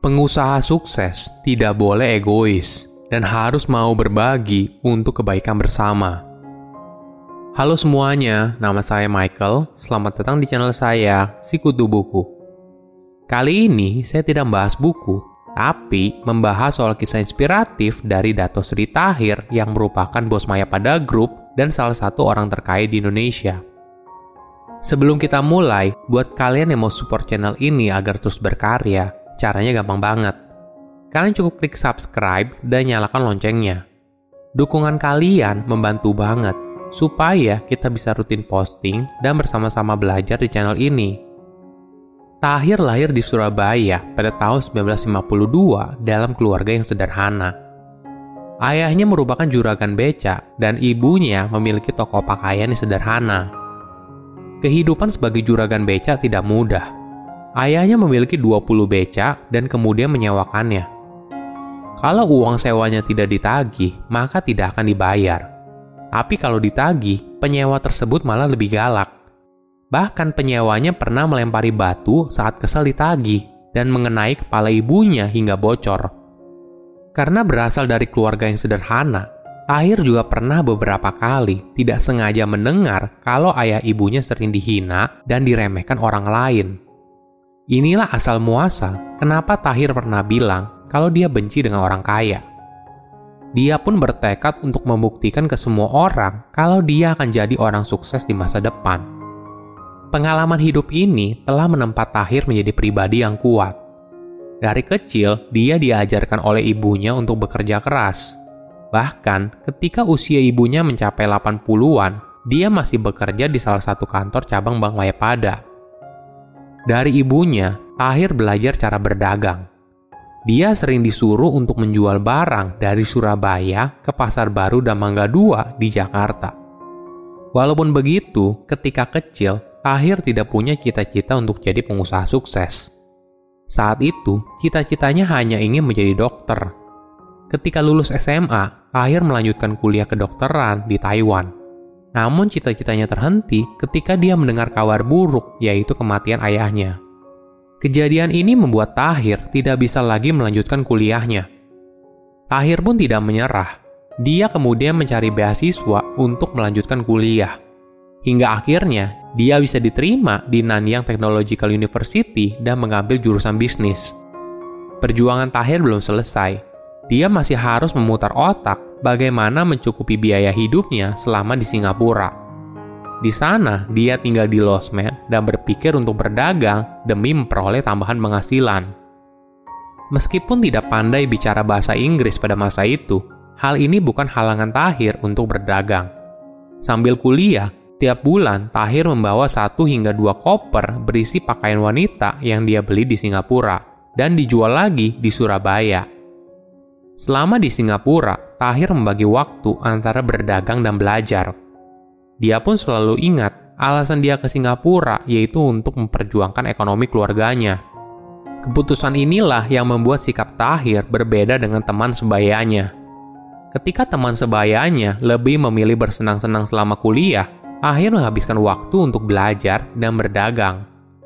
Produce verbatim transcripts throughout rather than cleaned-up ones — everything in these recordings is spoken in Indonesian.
Pengusaha sukses tidak boleh egois dan harus mau berbagi untuk kebaikan bersama. Halo semuanya, nama saya Michael. Selamat datang di channel saya, Sikutu Buku. Kali ini saya tidak membahas buku, tapi membahas soal kisah inspiratif dari Dato Sri Tahir yang merupakan bos Mayapada Group dan salah satu orang terkaya di Indonesia. Sebelum kita mulai, buat kalian yang mau support channel ini agar terus berkarya, caranya gampang banget. Kalian cukup klik subscribe dan nyalakan loncengnya. Dukungan kalian membantu banget supaya kita bisa rutin posting dan bersama-sama belajar di channel ini. Tahir lahir di Surabaya pada tahun sembilan belas lima puluh dua dalam keluarga yang sederhana. Ayahnya merupakan juragan beca dan ibunya memiliki toko pakaian yang sederhana. Kehidupan sebagai juragan beca tidak mudah. Ayahnya memiliki dua puluh beca dan kemudian menyewakannya. Kalau uang sewanya tidak ditagih, maka tidak akan dibayar. Tapi kalau ditagih, penyewa tersebut malah lebih galak. Bahkan penyewanya pernah melempari batu saat kesal ditagih dan mengenai kepala ibunya hingga bocor. Karena berasal dari keluarga yang sederhana, Tahir juga pernah beberapa kali tidak sengaja mendengar kalau ayah ibunya sering dihina dan diremehkan orang lain. Inilah asal muasal kenapa Tahir pernah bilang kalau dia benci dengan orang kaya. Dia pun bertekad untuk membuktikan ke semua orang kalau dia akan jadi orang sukses di masa depan. Pengalaman hidup ini telah menempa Tahir menjadi pribadi yang kuat. Dari kecil, dia diajarkan oleh ibunya untuk bekerja keras. Bahkan, ketika usia ibunya mencapai delapan puluhan, dia masih bekerja di salah satu kantor cabang Bank Mayapada. Dari ibunya, Tahir belajar cara berdagang. Dia sering disuruh untuk menjual barang dari Surabaya ke Pasar Baru dan Mangga Dua di Jakarta. Walaupun begitu, ketika kecil, Tahir tidak punya cita-cita untuk jadi pengusaha sukses. Saat itu, cita-citanya hanya ingin menjadi dokter. Ketika lulus S M A, Tahir melanjutkan kuliah kedokteran di Taiwan. Namun cita-citanya terhenti ketika dia mendengar kabar buruk, yaitu kematian ayahnya. Kejadian ini membuat Tahir tidak bisa lagi melanjutkan kuliahnya. Tahir pun tidak menyerah. Dia kemudian mencari beasiswa untuk melanjutkan kuliah. Hingga akhirnya, dia bisa diterima di Nanyang Technological University dan mengambil jurusan bisnis. Perjuangan Tahir belum selesai. Dia masih harus memutar otak bagaimana mencukupi biaya hidupnya selama di Singapura. Di sana, dia tinggal di losmen dan berpikir untuk berdagang demi memperoleh tambahan penghasilan. Meskipun tidak pandai bicara bahasa Inggris pada masa itu, hal ini bukan halangan Tahir untuk berdagang. Sambil kuliah, tiap bulan Tahir membawa satu hingga dua koper berisi pakaian wanita yang dia beli di Singapura dan dijual lagi di Surabaya. Selama di Singapura, Tahir membagi waktu antara berdagang dan belajar. Dia pun selalu ingat alasan dia ke Singapura yaitu untuk memperjuangkan ekonomi keluarganya. Keputusan inilah yang membuat sikap Tahir berbeda dengan teman sebayanya. Ketika teman sebayanya lebih memilih bersenang-senang selama kuliah, Tahir menghabiskan waktu untuk belajar dan berdagang.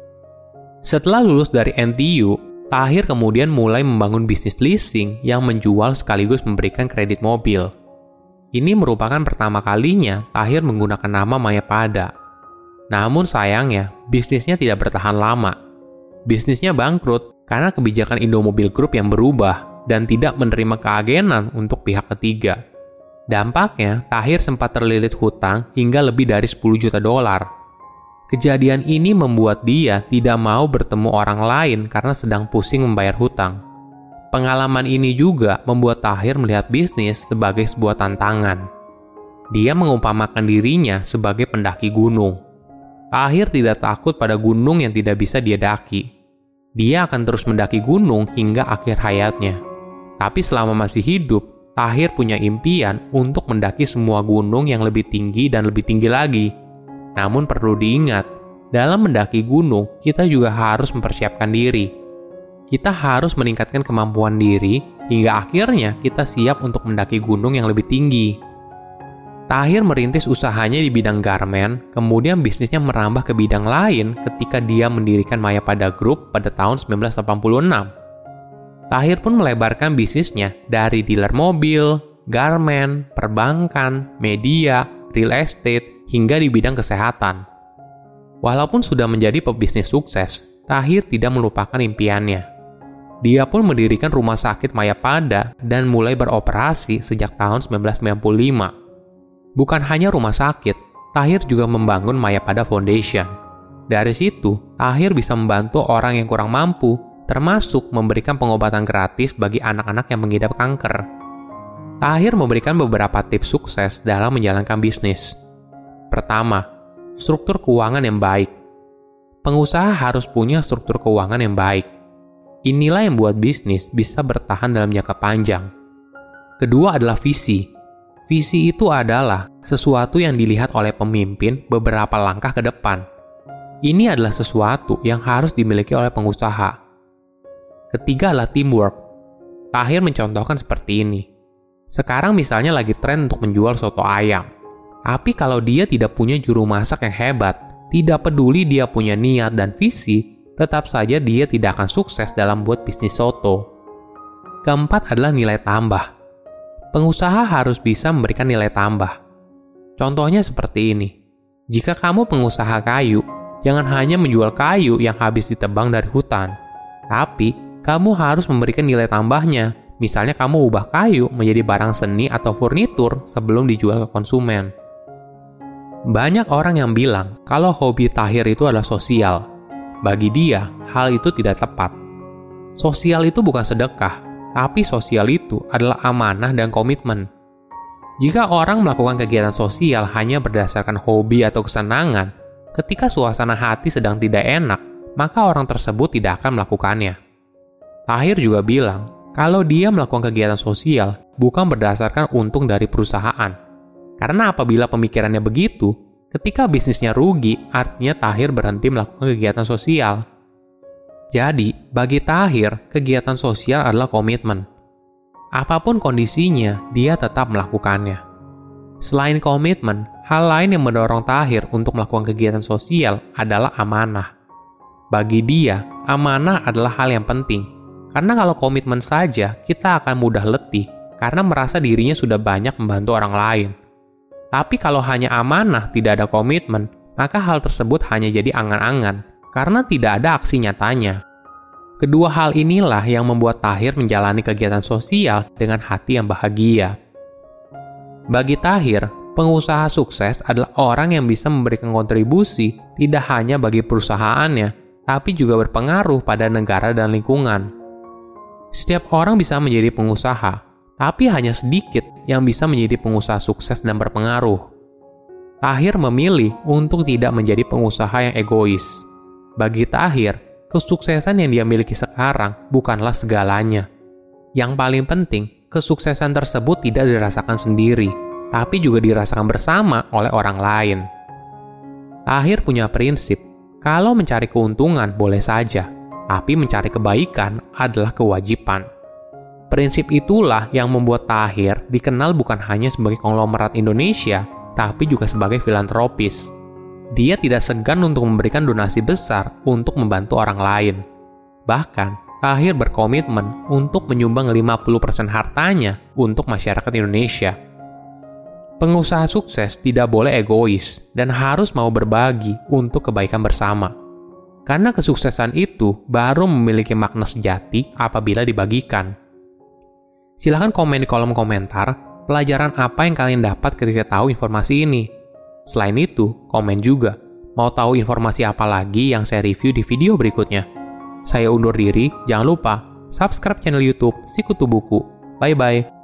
Setelah lulus dari N T U, Tahir kemudian mulai membangun bisnis leasing yang menjual sekaligus memberikan kredit mobil. Ini merupakan pertama kalinya Tahir menggunakan nama Mayapada. Namun sayangnya, bisnisnya tidak bertahan lama. Bisnisnya bangkrut karena kebijakan Indomobil Group yang berubah dan tidak menerima keagenan untuk pihak ketiga. Dampaknya, Tahir sempat terlilit hutang hingga lebih dari sepuluh juta dolar. Kejadian ini membuat dia tidak mau bertemu orang lain karena sedang pusing membayar hutang. Pengalaman ini juga membuat Tahir melihat bisnis sebagai sebuah tantangan. Dia mengumpamakan dirinya sebagai pendaki gunung. Tahir tidak takut pada gunung yang tidak bisa dia daki. Dia akan terus mendaki gunung hingga akhir hayatnya. Tapi selama masih hidup, Tahir punya impian untuk mendaki semua gunung yang lebih tinggi dan lebih tinggi lagi. Namun perlu diingat, dalam mendaki gunung, kita juga harus mempersiapkan diri. Kita harus meningkatkan kemampuan diri, hingga akhirnya kita siap untuk mendaki gunung yang lebih tinggi. Tahir merintis usahanya di bidang garmen, kemudian bisnisnya merambah ke bidang lain ketika dia mendirikan Mayapada Group pada tahun sembilan belas delapan puluh enam. Tahir pun melebarkan bisnisnya dari dealer mobil, garmen, perbankan, media, real estate, hingga di bidang kesehatan. Walaupun sudah menjadi pebisnis sukses, Tahir tidak melupakan impiannya. Dia pun mendirikan rumah sakit Mayapada dan mulai beroperasi sejak tahun sembilan belas sembilan puluh lima. Bukan hanya rumah sakit, Tahir juga membangun Mayapada Foundation. Dari situ, Tahir bisa membantu orang yang kurang mampu, termasuk memberikan pengobatan gratis bagi anak-anak yang mengidap kanker. Tahir memberikan beberapa tips sukses dalam menjalankan bisnis. Pertama, struktur keuangan yang baik. Pengusaha harus punya struktur keuangan yang baik. Inilah yang membuat bisnis bisa bertahan dalam jangka panjang. Kedua adalah visi. Visi itu adalah sesuatu yang dilihat oleh pemimpin beberapa langkah ke depan. Ini adalah sesuatu yang harus dimiliki oleh pengusaha. Ketiga adalah teamwork. Tahir mencontohkan seperti ini. Sekarang misalnya lagi tren untuk menjual soto ayam. Tapi kalau dia tidak punya juru masak yang hebat, tidak peduli dia punya niat dan visi, tetap saja dia tidak akan sukses dalam buat bisnis soto. Keempat adalah nilai tambah. Pengusaha harus bisa memberikan nilai tambah. Contohnya seperti ini. Jika kamu pengusaha kayu, jangan hanya menjual kayu yang habis ditebang dari hutan. Tapi, kamu harus memberikan nilai tambahnya. Misalnya kamu ubah kayu menjadi barang seni atau furnitur sebelum dijual ke konsumen. Banyak orang yang bilang kalau hobi Tahir itu adalah sosial. Bagi dia, hal itu tidak tepat. Sosial itu bukan sedekah, tapi sosial itu adalah amanah dan komitmen. Jika orang melakukan kegiatan sosial hanya berdasarkan hobi atau kesenangan, ketika suasana hati sedang tidak enak, maka orang tersebut tidak akan melakukannya. Tahir juga bilang, kalau dia melakukan kegiatan sosial bukan berdasarkan untung dari perusahaan. Karena apabila pemikirannya begitu, ketika bisnisnya rugi, artinya Tahir berhenti melakukan kegiatan sosial. Jadi, bagi Tahir, kegiatan sosial adalah komitmen. Apapun kondisinya, dia tetap melakukannya. Selain komitmen, hal lain yang mendorong Tahir untuk melakukan kegiatan sosial adalah amanah. Bagi dia, amanah adalah hal yang penting. Karena kalau komitmen saja, kita akan mudah letih karena merasa dirinya sudah banyak membantu orang lain. Tapi kalau hanya amanah, tidak ada komitmen, maka hal tersebut hanya jadi angan-angan karena tidak ada aksi nyatanya. Kedua hal inilah yang membuat Tahir menjalani kegiatan sosial dengan hati yang bahagia. Bagi Tahir, pengusaha sukses adalah orang yang bisa memberikan kontribusi tidak hanya bagi perusahaannya, tapi juga berpengaruh pada negara dan lingkungan. Setiap orang bisa menjadi pengusaha, tapi hanya sedikit yang bisa menjadi pengusaha sukses dan berpengaruh. Tahir memilih untuk tidak menjadi pengusaha yang egois. Bagi Tahir, kesuksesan yang dia miliki sekarang bukanlah segalanya. Yang paling penting, kesuksesan tersebut tidak dirasakan sendiri, tapi juga dirasakan bersama oleh orang lain. Tahir punya prinsip, kalau mencari keuntungan boleh saja, tapi mencari kebaikan adalah kewajiban. Prinsip itulah yang membuat Tahir dikenal bukan hanya sebagai konglomerat Indonesia, tapi juga sebagai filantropis. Dia tidak segan untuk memberikan donasi besar untuk membantu orang lain. Bahkan, Tahir berkomitmen untuk menyumbang lima puluh persen hartanya untuk masyarakat Indonesia. Pengusaha sukses tidak boleh egois dan harus mau berbagi untuk kebaikan bersama. Karena kesuksesan itu baru memiliki makna sejati apabila dibagikan. Silahkan komen di kolom komentar pelajaran apa yang kalian dapat ketika tahu informasi ini. Selain itu, komen juga mau tahu informasi apa lagi yang saya review di video berikutnya. Saya undur diri, jangan lupa subscribe channel YouTube Sikutu Buku. Bye-bye.